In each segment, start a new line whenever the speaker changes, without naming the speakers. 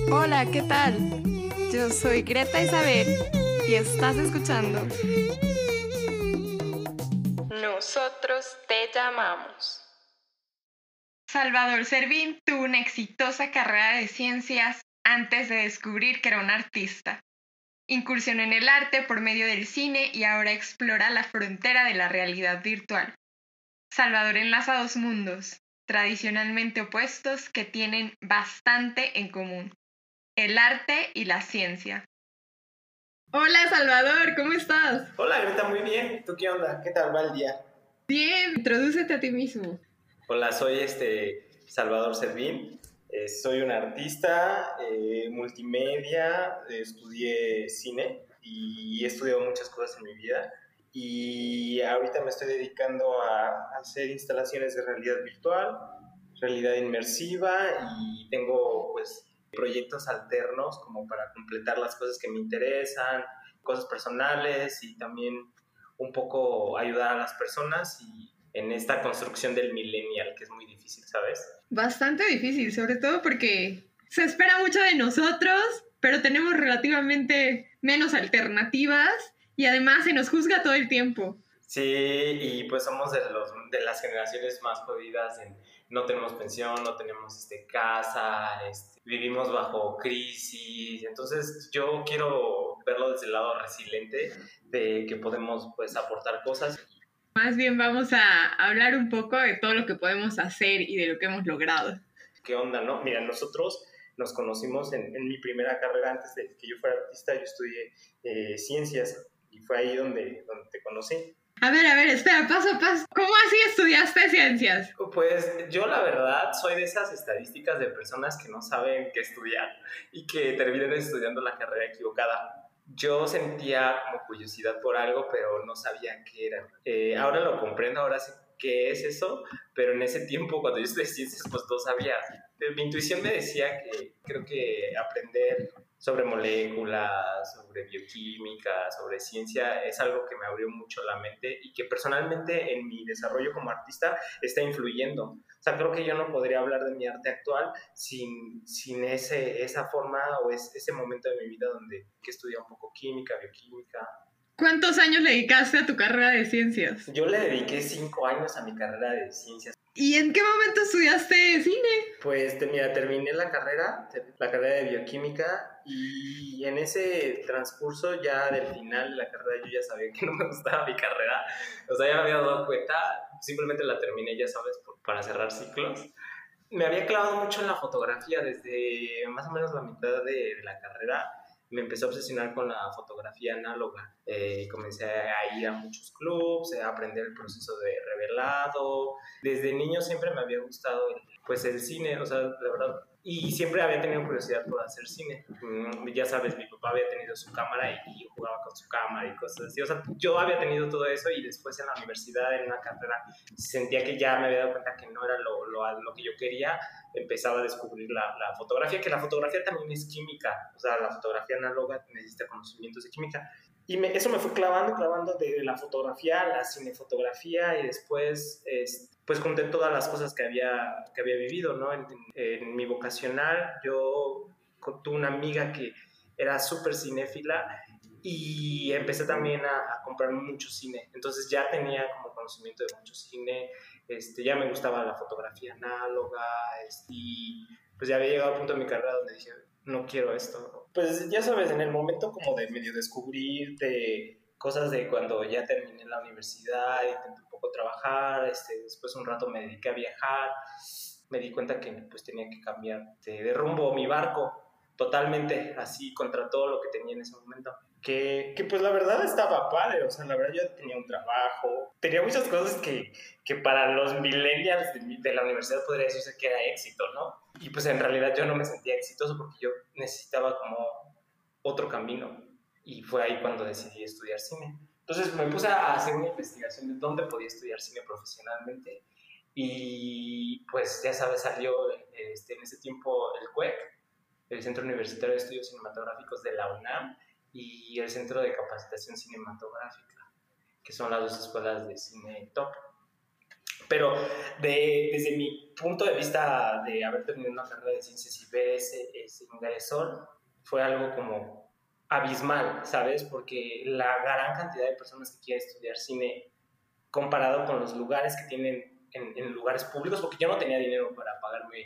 Hola, ¿qué tal? Yo soy Greta Isabel y estás escuchando Nosotros te llamamos. Salvador Servín tuvo una exitosa carrera de ciencias antes de descubrir que era un artista. Incursionó en el arte por medio del cine y ahora explora la frontera de la realidad virtual. Salvador enlaza dos mundos, tradicionalmente opuestos, que tienen bastante en común: el arte y la ciencia. Hola Salvador, ¿cómo estás?
Hola Greta, muy bien. ¿Tú qué onda? ¿Qué tal va el día?
Bien, introdúcete a ti mismo.
Hola, soy Salvador Servín. Soy un artista multimedia, estudié cine y he estudiado muchas cosas en mi vida. Y ahorita me estoy dedicando a hacer instalaciones de realidad virtual, realidad inmersiva y tengo pues proyectos alternos como para completar las cosas que me interesan, cosas personales y también un poco ayudar a las personas y en esta construcción del millennial, que es muy difícil, ¿sabes?
Bastante difícil, sobre todo porque se espera mucho de nosotros, pero tenemos relativamente menos alternativas y además se nos juzga todo el tiempo.
Sí, y pues somos de las generaciones más jodidas, no tenemos pensión, no tenemos casa, vivimos bajo crisis, entonces yo quiero verlo desde el lado resiliente de que podemos pues aportar cosas.
Más bien vamos a hablar un poco de todo lo que podemos hacer y de lo que hemos logrado.
¿Qué onda, no? Mira, nosotros nos conocimos en mi primera carrera antes de que yo fuera artista. Yo estudié ciencias y fue ahí donde te conocí.
A ver, espera, paso a paso. ¿Cómo así estudiaste ciencias?
Pues yo la verdad soy de esas estadísticas de personas que no saben qué estudiar y que terminan estudiando la carrera equivocada. Yo sentía como curiosidad por algo, pero no sabía qué era. Ahora lo comprendo, ahora sé qué es eso, pero en ese tiempo, cuando yo estudié ciencias, pues no sabía. Mi intuición me decía que creo que aprender sobre moléculas, sobre bioquímica, sobre ciencia, es algo que me abrió mucho la mente y que personalmente en mi desarrollo como artista está influyendo. O sea, creo que yo no podría hablar de mi arte actual sin esa forma o ese momento de mi vida donde que estudié un poco química, bioquímica.
¿Cuántos años le dedicaste a tu carrera de ciencias?
Yo le dediqué 5 años a mi carrera de ciencias.
¿Y en qué momento estudiaste cine?
Pues mira, terminé la carrera de bioquímica y en ese transcurso ya del final de la carrera yo ya sabía que no me gustaba mi carrera. O sea, ya me había dado cuenta, simplemente la terminé, ya sabes, para cerrar ciclos. Me había clavado mucho en la fotografía desde más o menos la mitad de la carrera. Me empecé a obsesionar con la fotografía análoga. Comencé a ir a muchos clubs, a aprender el proceso de revelado. Desde niño siempre me había gustado pues el cine, o sea, la verdad. Y siempre había tenido curiosidad por hacer cine. Ya sabes, mi papá había tenido su cámara y yo jugaba con su cámara y cosas así. O sea, yo había tenido todo eso y después en la universidad, en una carrera, sentía que ya me había dado cuenta que no era lo que yo quería. Empezaba a descubrir la fotografía, que la fotografía también es química. O sea, la fotografía análoga necesita conocimientos de química. Y eso me fue clavando de la fotografía a la cinefotografía y después pues junté todas las cosas que había vivido, ¿no? En mi vocacional yo tuve una amiga que era súper cinéfila y empecé también a comprar mucho cine. Entonces ya tenía como conocimiento de mucho cine, ya me gustaba la fotografía análoga y pues ya había llegado al punto de mi carrera donde dije, no quiero esto. Pues ya sabes, en el momento como de medio descubrir de cosas de cuando ya terminé la universidad, intenté un poco trabajar, después un rato me dediqué a viajar, me di cuenta que pues tenía que cambiar de rumbo mi barco totalmente, así contra todo lo que tenía en ese momento. Que pues la verdad estaba padre, o sea, la verdad yo tenía un trabajo, tenía muchas cosas que para los millennials de la universidad podría decirse que era éxito, ¿no? Y pues en realidad yo no me sentía exitoso porque yo necesitaba como otro camino y fue ahí cuando decidí estudiar cine. Entonces me puse a hacer una investigación de dónde podía estudiar cine profesionalmente y pues ya sabes, salió en ese tiempo el CUEC, el Centro Universitario de Estudios Cinematográficos de la UNAM, y el Centro de Capacitación Cinematográfica, que son las dos escuelas de cine top. Pero desde mi punto de vista de haber terminado una carrera de ciencias y ver ese ingreso, fue algo como abismal, ¿sabes? Porque la gran cantidad de personas que quieren estudiar cine comparado con los lugares que tienen en lugares públicos, porque yo no tenía dinero para pagarme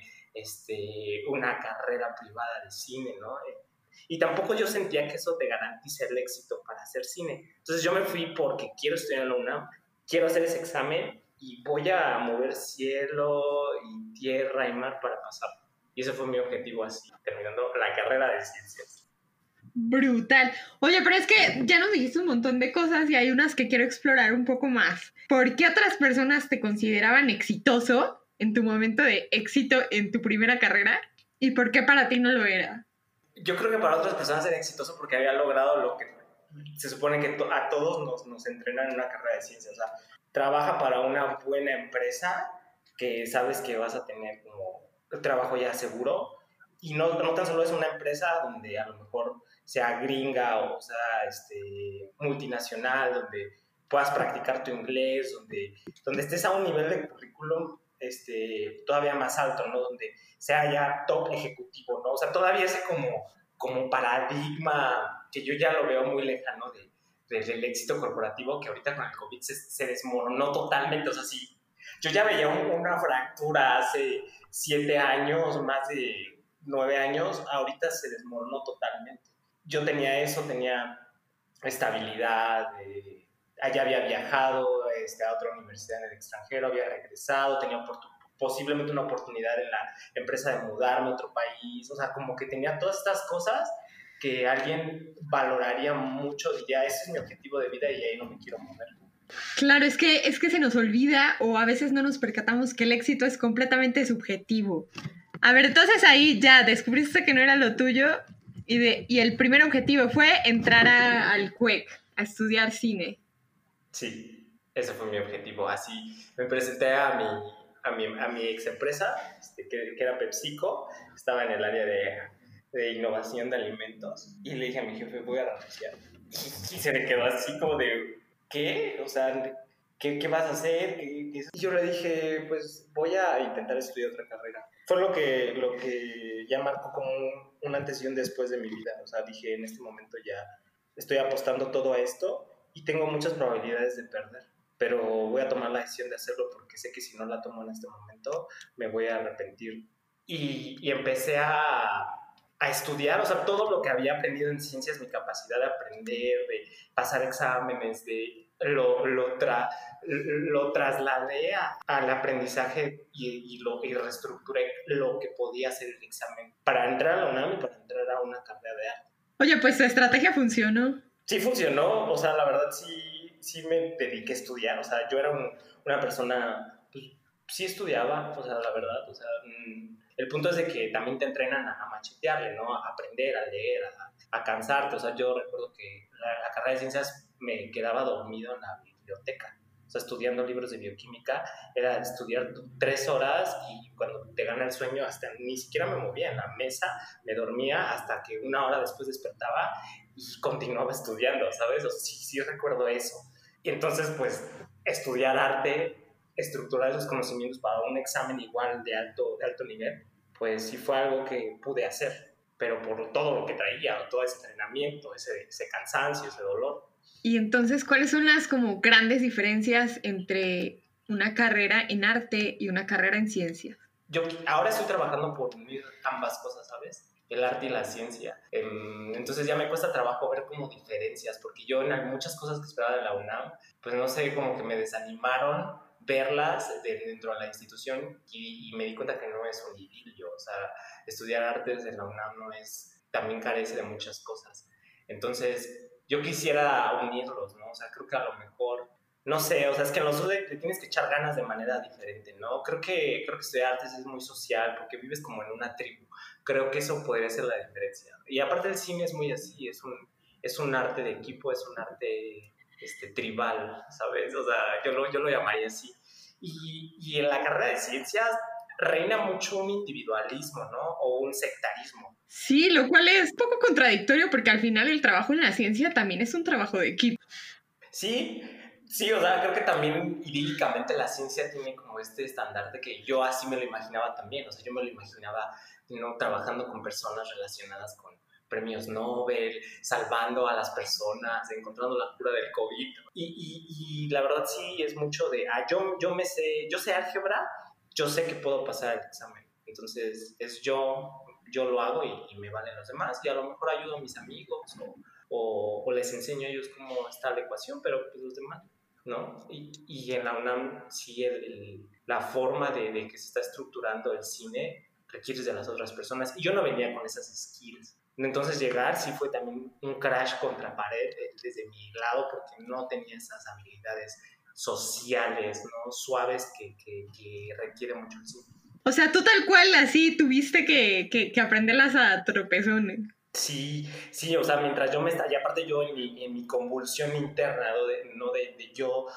una carrera privada de cine, ¿no? Y tampoco yo sentía que eso te garantice el éxito para hacer cine. Entonces yo me fui porque quiero estudiar en la UNAM, quiero hacer ese examen y voy a mover cielo y tierra y mar para pasar. Y ese fue mi objetivo así, terminando la carrera de ciencias.
Brutal. Oye, pero es que ya nos dijiste un montón de cosas y hay unas que quiero explorar un poco más. ¿Por qué otras personas te consideraban exitoso en tu momento de éxito en tu primera carrera? ¿Y por qué para ti no lo era?
Yo creo que para otras personas era exitoso porque había logrado lo que se supone que a todos nos entrenan en una carrera de ciencias. O sea, trabaja para una buena empresa que sabes que vas a tener como el trabajo ya seguro. Y no tan solo es una empresa donde a lo mejor sea gringa o sea multinacional, donde puedas practicar tu inglés, donde estés a un nivel de currículum todavía más alto, ¿no? Donde sea ya top ejecutivo, ¿no? O sea, todavía ese como paradigma que yo ya lo veo muy lejano del éxito corporativo, que ahorita con el COVID se desmoronó totalmente. O sea, sí, yo ya veía una fractura hace 7 años, más de 9 años, ahorita se desmoronó totalmente. Yo tenía eso, tenía estabilidad, allá había viajado a otra universidad en el extranjero, había regresado, tenía posiblemente una oportunidad en la empresa de mudarme a otro país, o sea, como que tenía todas estas cosas que alguien valoraría mucho y ya ese es mi objetivo de vida y ahí no me quiero mover.
Claro, es que se nos olvida o a veces no nos percatamos que el éxito es completamente subjetivo. A ver, entonces ahí ya descubriste que no era lo tuyo y el primer objetivo fue entrar al CUEC, a estudiar cine.
Sí, ese fue mi objetivo. Así me presenté a mi ex empresa, que era PepsiCo, estaba en el área de innovación de alimentos, y le dije a mi jefe, voy a renunciar. Y se me quedó así como de, ¿qué? O sea, ¿qué vas a hacer? Y yo le dije, pues voy a intentar estudiar otra carrera. Fue lo que ya marcó como un antes y un después de mi vida. O sea, dije, en este momento ya estoy apostando todo a esto y tengo muchas probabilidades de perder, pero voy a tomar la decisión de hacerlo porque sé que si no la tomo en este momento me voy a arrepentir. Y empecé a estudiar, o sea, todo lo que había aprendido en ciencias, mi capacidad de aprender, de pasar exámenes, lo trasladé al aprendizaje y reestructuré lo que podía hacer el examen para entrar a la UNAM y para entrar a una carrera de arte.
Oye, pues tu estrategia funcionó.
Sí funcionó, o sea, la verdad sí me dediqué a estudiar, o sea, yo era una persona, pues sí estudiaba, o sea, la verdad, o sea, el punto es de que también te entrenan a machetearle, ¿no? A aprender, a leer, a cansarte, o sea, yo recuerdo que la carrera de ciencias me quedaba dormido en la biblioteca, o sea, estudiando libros de bioquímica, era estudiar 3 horas y cuando te gana el sueño hasta ni siquiera me movía en la mesa, me dormía hasta que 1 hora después despertaba y continuaba estudiando, ¿sabes? O sea, sí recuerdo eso. Y entonces, pues, estudiar arte, estructurar esos conocimientos para un examen igual de alto nivel, pues sí fue algo que pude hacer, pero por todo lo que traía, todo ese entrenamiento, ese cansancio, ese dolor.
Y entonces, ¿cuáles son las como grandes diferencias entre una carrera en arte y una carrera en ciencia?
Yo ahora estoy trabajando por unir ambas cosas, ¿sabes? El arte y la ciencia. Entonces ya me cuesta trabajo ver como diferencias, porque yo en muchas cosas que esperaba de la UNAM, pues no sé, como que me desanimaron verlas dentro de la institución y me di cuenta que no es un idilio, o sea, estudiar artes en la UNAM también carece de muchas cosas. Entonces yo quisiera unirlos, ¿no? O sea, creo que a lo mejor no sé, o sea, es que en los UDEC le tienes que echar ganas de manera diferente, ¿no? Creo que estudiar artes es muy social porque vives como en una tribu. Creo que eso podría ser la diferencia. Y aparte el cine es muy así, es un arte de equipo, es un arte tribal, ¿sabes? O sea, yo lo llamaría así. Y en la carrera de ciencias reina mucho un individualismo, ¿no? O un sectarismo.
Sí, lo cual es poco contradictorio porque al final el trabajo en la ciencia también es un trabajo de equipo.
Sí, Sí, o sea, creo que también idílicamente la ciencia tiene como este estandarte que yo así me lo imaginaba también, o sea, yo me lo imaginaba, ¿no?, trabajando con personas relacionadas con premios Nobel, salvando a las personas, encontrando la cura del COVID, y la verdad sí es mucho de, yo sé álgebra, yo sé que puedo pasar el examen, entonces yo lo hago y me valen los demás, y a lo mejor ayudo a mis amigos o les enseño a ellos cómo está la ecuación, pero pues los demás, ¿no? Y en la UNAM sí la forma de que se está estructurando el cine requiere de las otras personas. Y yo no venía con esas skills. Entonces llegar sí fue también un crash contra pared desde mi lado porque no tenía esas habilidades sociales, ¿no?, suaves que requiere mucho el cine.
O sea, tú tal cual así tuviste que aprenderlas a tropezones.
Sí, sí, o sea, mientras yo me estaba, y aparte yo en mi convulsión interna, ¿no? De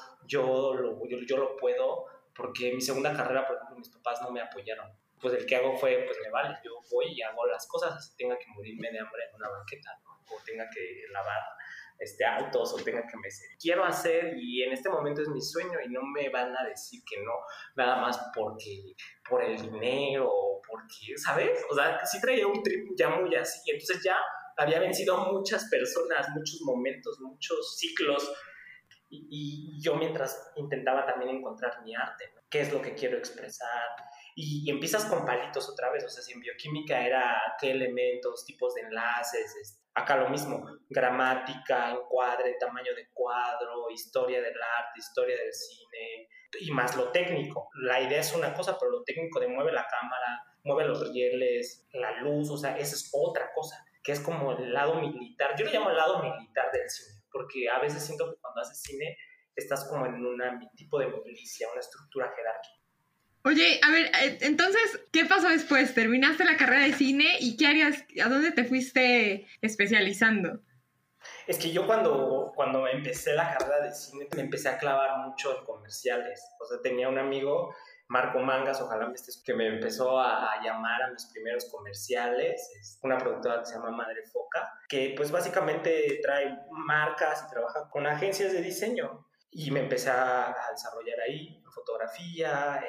yo lo puedo, porque mi segunda carrera, por ejemplo, mis papás no me apoyaron. Pues el que hago fue, pues me vale, yo voy y hago las cosas, así tenga que morirme de hambre en una banqueta, ¿no?, o tenga que lavar autos, o tenga que me quiero hacer, y en este momento es mi sueño, y no me van a decir que no, nada más por el dinero, o porque, ¿sabes? O sea, sí traía un trip ya muy así, entonces ya había vencido a muchas personas, muchos momentos, muchos ciclos, y yo mientras intentaba también encontrar mi arte, ¿no?, qué es lo que quiero expresar, y empiezas con palitos otra vez, o sea, si en bioquímica era qué elementos, tipos de enlaces, acá lo mismo, gramática, encuadre, tamaño de cuadro, historia del arte, historia del cine, y más lo técnico. La idea es una cosa, pero lo técnico de mueve la cámara, mueve los rieles, la luz, o sea, esa es otra cosa, que es como el lado militar. Yo le llamo el lado militar del cine, porque a veces siento que cuando haces cine estás como en un tipo de milicia, una estructura jerárquica.
Oye, a ver, entonces, ¿qué pasó después? ¿Terminaste la carrera de cine y qué harías? ¿A dónde te fuiste especializando?
Es que yo cuando empecé la carrera de cine me empecé a clavar mucho en comerciales. O sea, tenía un amigo, Marco Mangas, ojalá me estés, que me empezó a llamar a mis primeros comerciales. Es una productora que se llama Madre Foca, que pues básicamente trae marcas y trabaja con agencias de diseño. Y me empecé a desarrollar ahí, en fotografía,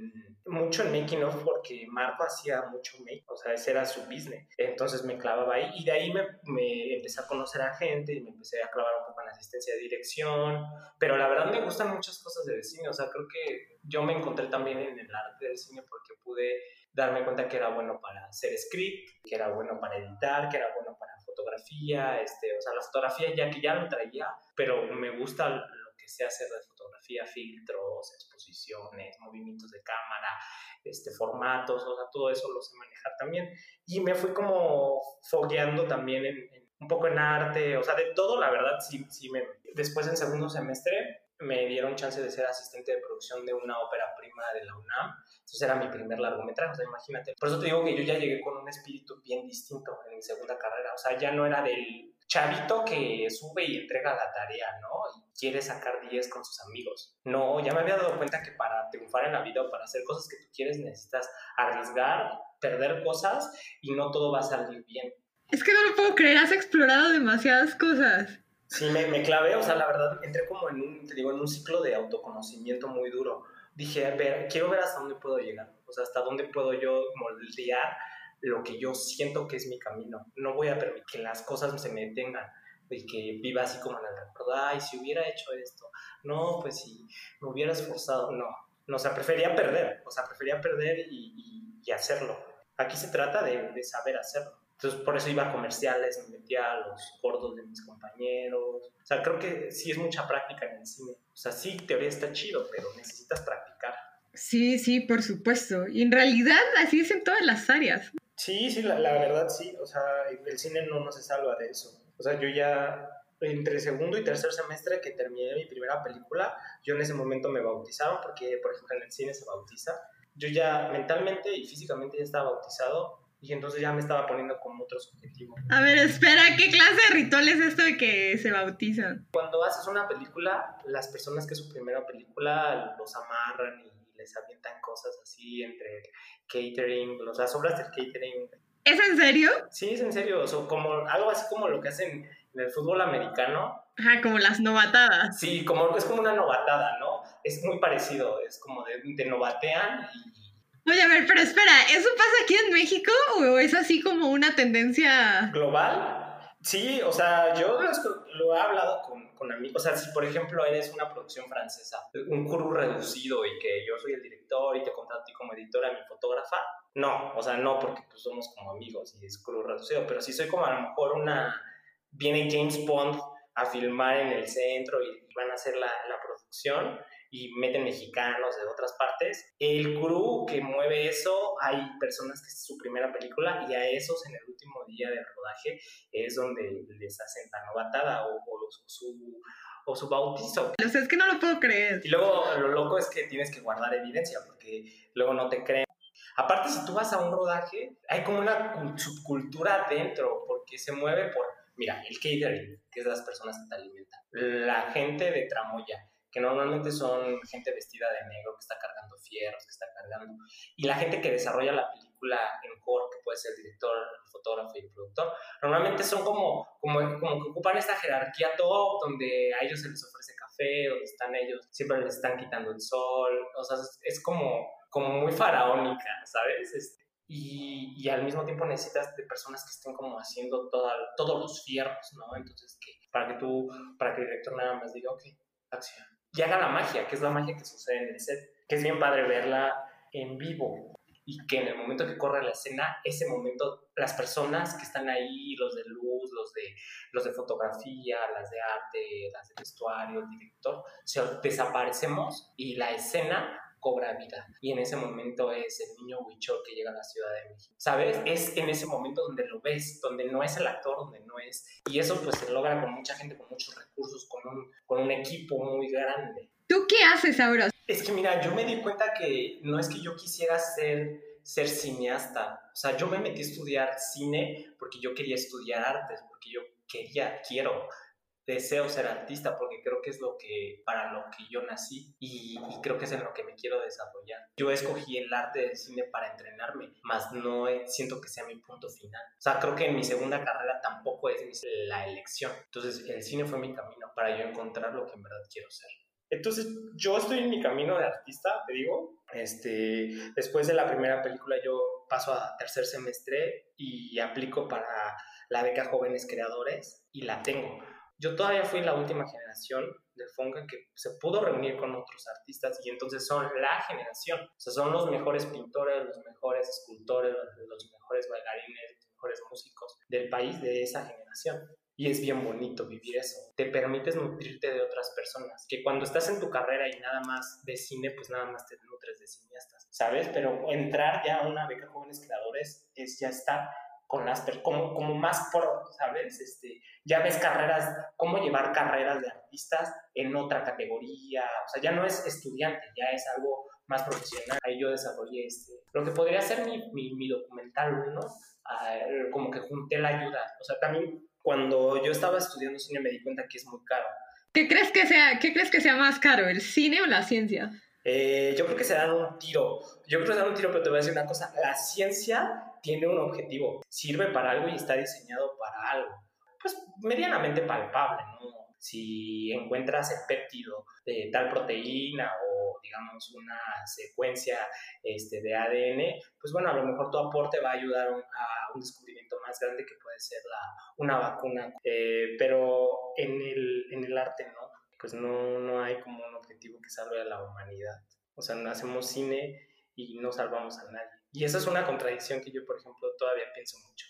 mucho en making of, porque Marco hacía mucho make, o sea, ese era su business. Entonces me clavaba ahí, y de ahí me empecé a conocer a gente y me empecé a clavar un poco en la asistencia de dirección. Pero la verdad me gustan muchas cosas del cine, o sea, creo que yo me encontré también en el arte del cine porque pude darme cuenta que era bueno para hacer script, que era bueno para editar, que era bueno para fotografía, o sea, la fotografía ya que ya lo traía, pero me gusta lo que sé hacer de fotografía, filtros, exposiciones, movimientos de cámara, formatos, o sea, todo eso lo sé manejar también. Y me fui como fogueando también un poco en arte, o sea, de todo, la verdad, sí, después en segundo semestre me dieron chance de ser asistente de producción de una ópera prima de la UNAM. Entonces era mi primer largometraje, o sea, imagínate. Por eso te digo que yo ya llegué con un espíritu bien distinto en mi segunda carrera. O sea, ya no era del chavito que sube y entrega la tarea, ¿no? Y quiere sacar 10 con sus amigos. No, ya me había dado cuenta que para triunfar en la vida o para hacer cosas que tú quieres necesitas arriesgar, perder cosas, y no todo va a salir bien.
Es que no lo puedo creer, has explorado demasiadas cosas.
Sí, me clavé, o sea, la verdad, entré como en un ciclo de autoconocimiento muy duro. Dije, a ver, quiero ver hasta dónde puedo llegar, o sea, hasta dónde puedo yo moldear lo que yo siento que es mi camino. No voy a permitir que las cosas se me detengan y que viva así como en el recuerdo, ay, si hubiera hecho esto, no, pues si me hubiera esforzado, no, o sea, prefería perder y hacerlo. Aquí se trata de saber hacerlo. Entonces, por eso iba a comerciales, me metía a los gordos de mis compañeros. O sea, creo que sí es mucha práctica en el cine. O sea, sí, teoría está chido, pero necesitas practicar.
Sí, sí, por supuesto. Y en realidad así es en todas las áreas.
Sí, sí, la verdad sí. O sea, el cine no se salva de eso. O sea, yo ya entre segundo y tercer semestre que terminé mi primera película, yo en ese momento me bautizaron porque, por ejemplo, en el cine se bautiza. Yo ya mentalmente y físicamente ya estaba bautizado, y entonces ya me estaba poniendo como otros objetivos.
A ver, espera, ¿qué clase de ritual es esto de que se bautizan?
Cuando haces una película, las personas que es su primera película los amarran y les avientan cosas así entre el catering, las obras del catering.
¿Es en serio?
Sí, es en serio, o sea, como, algo así como lo que hacen en el fútbol americano,
Ajá, como las novatadas.
Sí, es como una novatada, ¿no? Es muy parecido, es como de novatean y...
Oye, a ver, pero espera, ¿eso pasa aquí en México o es así como una tendencia
¿Global? Sí, o sea, yo lo he hablado con amigos. O sea, si por ejemplo eres una producción francesa, un crew reducido y que yo soy el director y te contrato a ti como editora, mi fotógrafa, no, o sea, no, porque pues somos como amigos y es crew reducido, pero si soy como a lo mejor viene James Bond a filmar en el centro y van a hacer la producción y meten mexicanos de otras partes. El crew que mueve eso, hay personas que es su primera película y a esos en el último día del rodaje es donde les hacen la novatada o su bautizo.
o sea, es que no lo puedo creer.
Y luego lo loco es que tienes que guardar evidencia porque luego no te creen. Aparte, si tú vas a un rodaje, hay como una subcultura dentro, porque se mueve por, mira, el catering, que es las personas que te alimentan, la gente de tramoya, que normalmente son gente vestida de negro, que está cargando fierros, que está cargando, y la gente que desarrolla la película en core, que puede ser el director, el fotógrafo y el productor, normalmente son como que ocupan esta jerarquía top, donde a ellos se les ofrece café, donde están ellos, siempre les están quitando el sol, o sea, es como muy faraónica, ¿sabes? Y al mismo tiempo necesitas de personas que estén como haciendo todos los fierros, ¿no? Entonces, para que el director nada más diga, ok, acción. Y haga la magia, que es la magia que sucede en el set, que es bien padre verla en vivo y que en el momento que corre la escena, ese momento, las personas que están ahí, los de luz, los de fotografía, las de arte, las de vestuario, el director, o sea, desaparecemos y la escena cobra vida. Y en ese momento es el niño huichol que llega a la Ciudad de México. ¿Sabes? Es en ese momento donde lo ves, donde no es el actor, donde no es... Y eso pues se logra con mucha gente, con muchos recursos, con un equipo muy grande.
¿Tú qué haces ahora?
Es que mira, yo me di cuenta que no es que yo quisiera ser cineasta. O sea, yo me metí a estudiar cine porque yo quería estudiar artes, porque yo deseo ser artista porque creo que es para lo que yo nací y creo que es en lo que me quiero desarrollar. Yo escogí el arte del cine para entrenarme, más no siento que sea mi punto final. O sea, creo que en mi segunda carrera tampoco es la elección. Entonces, el cine fue mi camino para yo encontrar lo que en verdad quiero ser. Entonces, yo estoy en mi camino de artista, te digo. Después de la primera película, yo paso a tercer semestre y aplico para la beca Jóvenes Creadores y la tengo. Yo todavía fui la última generación del Fonca que se pudo reunir con otros artistas y entonces son la generación. O sea, son los mejores pintores, los mejores escultores, los mejores bailarines, los mejores músicos del país de esa generación. Y es bien bonito vivir eso. Te permites nutrirte de otras personas. Que cuando estás en tu carrera y nada más de cine, pues nada más te nutres de cineastas, ¿sabes? Pero entrar ya a una beca Jóvenes Creadores es ya estar con las como más pro, ¿sabes? Ya ves cómo llevar carreras de artistas en otra categoría. O sea, ya no es estudiante, ya es algo más profesional. Ahí yo desarrollé lo que podría ser mi documental, ¿no? Como que junté la ayuda. O sea, también cuando yo estaba estudiando cine me di cuenta que es muy caro.
¿Qué crees que sea más caro, el cine o la ciencia?
Yo creo que se dan un tiro. Yo creo que se dan un tiro, pero te voy a decir una cosa. La ciencia tiene un objetivo. Sirve para algo y está diseñado para algo. Pues medianamente palpable, ¿no? Si encuentras el péptido de tal proteína o digamos una secuencia de ADN, pues bueno, a lo mejor tu aporte va a ayudar a un descubrimiento más grande que puede ser una vacuna. Pero en el arte no, pues no hay como un objetivo que salve a la humanidad. O sea, no hacemos cine y no salvamos a nadie. Y esa es una contradicción que yo, por ejemplo, todavía pienso mucho.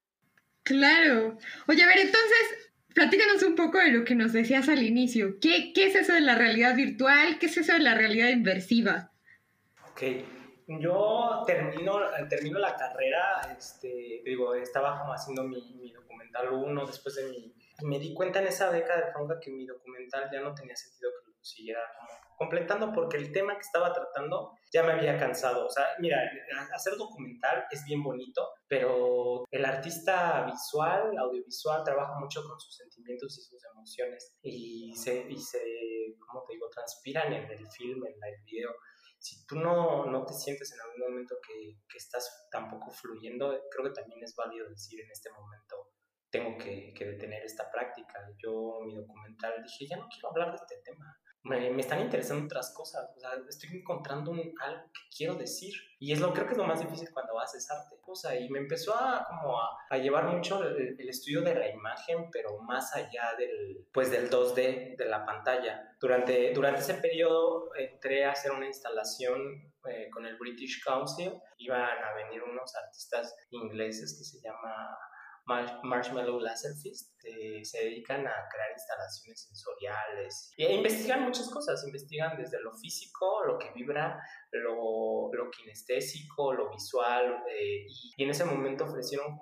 Claro. Oye, a ver, entonces, platícanos un poco de lo que nos decías al inicio. ¿Qué es eso de la realidad virtual? ¿Qué es eso de la realidad inversiva?
Ok, yo termino la carrera, digo, estaba como haciendo mi documental uno después de y me di cuenta en esa beca de Fonca que mi documental ya no tenía sentido que lo siguiera como completando porque el tema que estaba tratando ya me había cansado. O sea, mira, hacer documental es bien bonito, pero el artista visual, audiovisual, trabaja mucho con sus sentimientos y sus emociones y ¿cómo te digo?, transpiran en el film, en el video. Si tú no te sientes en algún momento que estás tampoco fluyendo, creo que también es válido decir en este momento tengo que detener esta práctica. Yo, mi documental, dije, ya no quiero hablar de este tema. Me están interesando otras cosas, o sea, estoy encontrando algo que quiero decir, y creo que es lo más difícil cuando haces arte, y me empezó a llevar mucho el estudio de la imagen, pero más allá del 2D de la pantalla. Durante ese periodo entré a hacer una instalación con el British Council. Iban a venir unos artistas ingleses que se llama Marshmallow Laser Fist. Se dedican a crear instalaciones sensoriales e investigan muchas cosas. Investigan desde lo físico, lo que vibra, lo kinestésico, lo visual, y en ese momento ofrecieron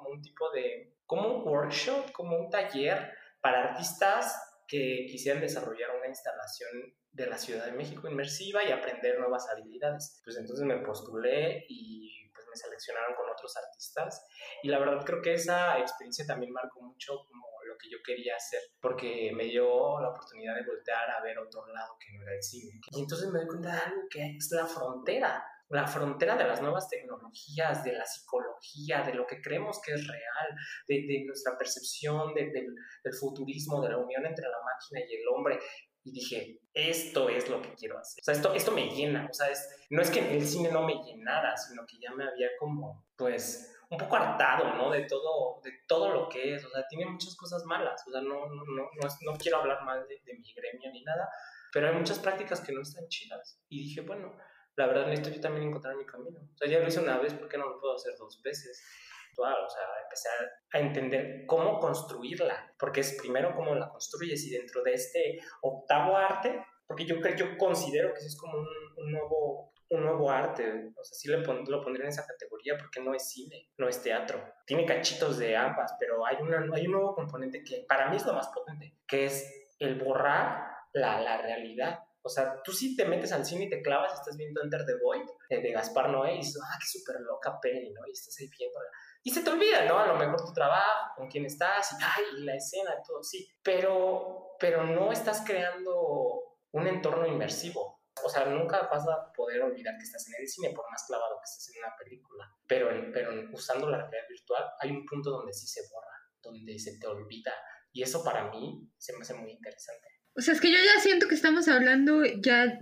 como un workshop, como un taller para artistas que quisieran desarrollar una instalación de la Ciudad de México inmersiva y aprender nuevas habilidades. Pues entonces me postulé y pues me seleccionaron con otros artistas, y la verdad creo que esa experiencia también marcó mucho como lo que yo quería hacer, porque me dio la oportunidad de voltear a ver otro lado que no era el cine. Y entonces me doy cuenta de algo que es la frontera de las nuevas tecnologías, de la psicología, de lo que creemos que es real, de nuestra percepción del futurismo, de la unión entre la máquina y el hombre. Y dije, esto es lo que quiero hacer. O sea, esto me llena. O sea, no es que el cine no me llenara, sino que ya me había como, pues, un poco hartado, ¿no? De todo lo que es. O sea, tiene muchas cosas malas. O sea, no quiero hablar mal de mi gremio ni nada, pero hay muchas prácticas que no están chidas. Y dije, bueno, la verdad necesito yo también encontrar mi camino. O sea, ya lo hice una vez, ¿por qué no lo puedo hacer 2 veces? O sea, empezar a entender cómo construirla, porque es primero cómo la construyes, y dentro de este octavo arte, porque yo considero que es como un nuevo arte. O sea, sí lo pondría en esa categoría, porque no es cine, no es teatro. Tiene cachitos de ambas, pero hay un nuevo componente que para mí es lo más potente, que es el borrar la realidad. O sea, tú sí te metes al cine y te clavas, estás viendo Enter the Void de Gaspar Noé, y dices, qué súper loca peli, ¿no? Y estás ahí viéndola. Y se te olvida, ¿no? A lo mejor tu trabajo, con quién estás, y la escena, y todo, sí. Pero no estás creando un entorno inmersivo. O sea, nunca vas a poder olvidar que estás en el cine, por más clavado que estés en una película. Pero usando la realidad virtual, hay un punto donde sí se borra, donde se te olvida. Y eso para mí se me hace muy interesante.
O sea, es que yo ya siento que estamos hablando ya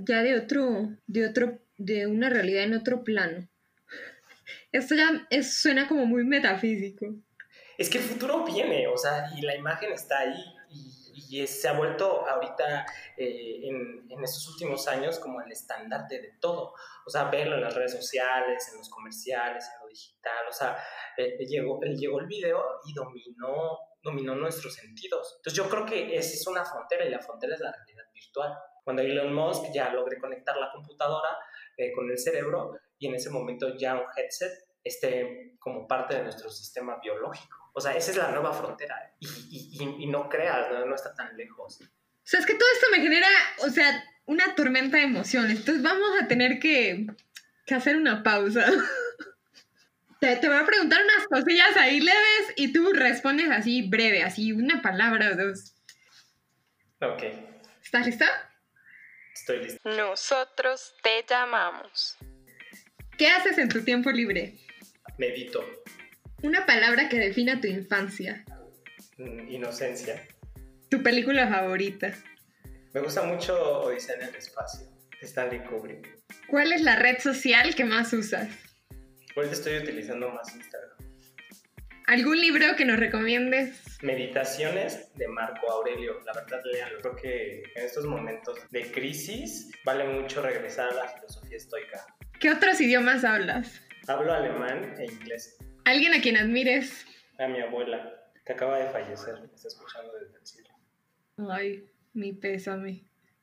de una realidad en otro plano. Esto ya suena como muy metafísico.
Es que el futuro viene, o sea, y la imagen está ahí, y se ha vuelto ahorita en estos últimos años como el estandarte de todo. O sea, verlo en las redes sociales, en los comerciales, en lo digital. O sea, llegó el video y dominó nuestros sentidos. Entonces yo creo que esa es una frontera, y la frontera es la realidad virtual. Cuando Elon Musk ya logré conectar la computadora con el cerebro, y en ese momento ya un headset esté como parte de nuestro sistema biológico. O sea, esa es la nueva frontera. Y no creas, no está tan lejos.
O sea, es que todo esto me genera, o sea, una tormenta de emociones. Entonces vamos a tener que hacer una pausa. Te voy a preguntar unas cosillas ahí leves y tú respondes así breve, así una palabra o dos.
Ok.
¿Estás lista?
Estoy listo.
Nosotros te llamamos. ¿Qué haces en tu tiempo libre?
Medito.
Una palabra que defina tu infancia.
Inocencia.
¿Tu película favorita?
Me gusta mucho Odisea en el espacio, de Stanley Kubrick.
¿Cuál es la red social que más usas?
Ahorita estoy utilizando más Instagram.
¿Algún libro que nos recomiendes?
Meditaciones de Marco Aurelio. La verdad, léanlo. Creo que en estos momentos de crisis vale mucho regresar a la filosofía estoica.
¿Qué otros idiomas hablas?
Hablo alemán e inglés.
¿Alguien a quien admires?
A mi abuela, que acaba de fallecer. Me está escuchando desde el cielo.
Ay, mi pésame.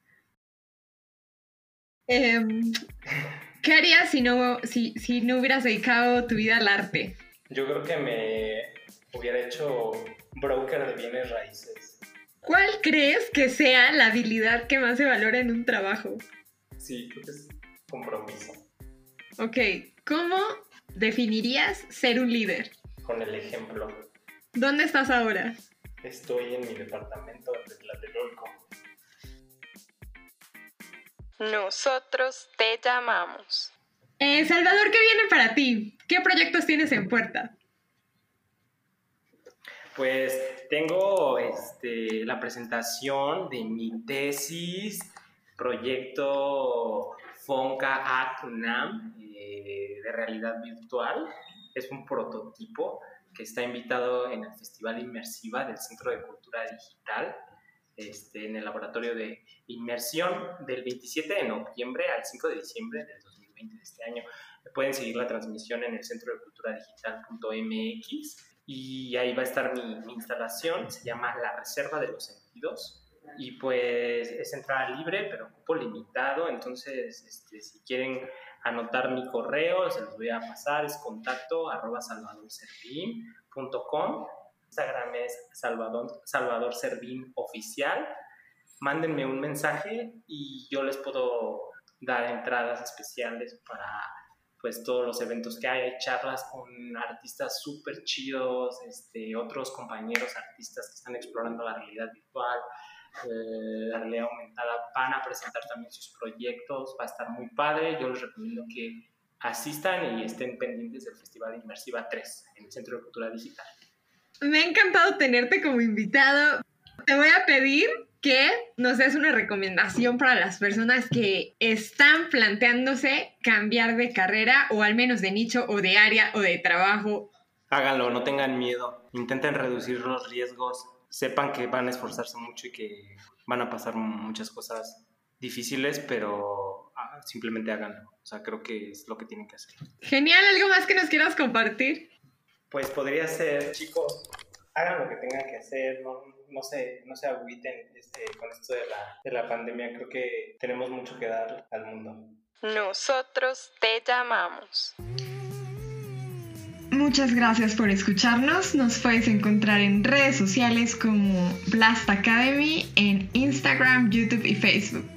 ¿Qué harías si no hubieras dedicado tu vida al arte?
Yo creo que me hubiera hecho broker de bienes raíces.
¿Cuál crees que sea la habilidad que más se valora en un trabajo?
Sí, creo que es compromiso.
Ok, ¿cómo definirías ser un líder?
Con el ejemplo.
¿Dónde estás ahora?
Estoy en mi departamento de Tlatelolco.
Nosotros te llamamos. Salvador, ¿qué viene para ti? ¿Qué proyectos tienes en puerta?
Pues tengo la presentación de mi tesis, proyecto Fonca Act UNAM de realidad virtual. Es un prototipo que está invitado en el Festival Inmersiva del Centro de Cultura Digital, en el laboratorio de inmersión del 27 de noviembre al 5 de diciembre del 2020 de este año. Pueden seguir la transmisión en el centro de cultura digital.mx y ahí va a estar mi instalación. Se llama La Reserva de los Sentidos y pues es entrada libre pero cupo limitado. Entonces si quieren anotar mi correo, se los voy a pasar. Es contacto@salvadorservin.com. Instagram es Salvador Servín Oficial. Mándenme un mensaje y yo les puedo dar entradas especiales para pues todos los eventos que hay charlas con artistas súper chidos, otros compañeros artistas que están explorando la realidad virtual, la realidad aumentada. Van a presentar también sus proyectos, va a estar muy padre. Yo les recomiendo que asistan y estén pendientes del Festival Inmersiva 3 en el Centro de Cultura Digital.
Me ha encantado tenerte como invitado. Te voy a pedir que nos des una recomendación para las personas que están planteándose cambiar de carrera o al menos de nicho o de área o de trabajo.
Háganlo, no tengan miedo, intenten reducir los riesgos, sepan que van a esforzarse mucho y que van a pasar muchas cosas difíciles, pero simplemente háganlo. O sea, creo que es lo que tienen que hacer.
Genial, ¿algo más que nos quieras compartir?
Pues podría ser, chicos, hagan lo que tengan que hacer, no se agüiten con esto de la pandemia. Creo que tenemos mucho que dar al mundo.
Nosotros te llamamos. Muchas gracias por escucharnos. Nos puedes encontrar en redes sociales como Blast Academy en Instagram, YouTube y Facebook.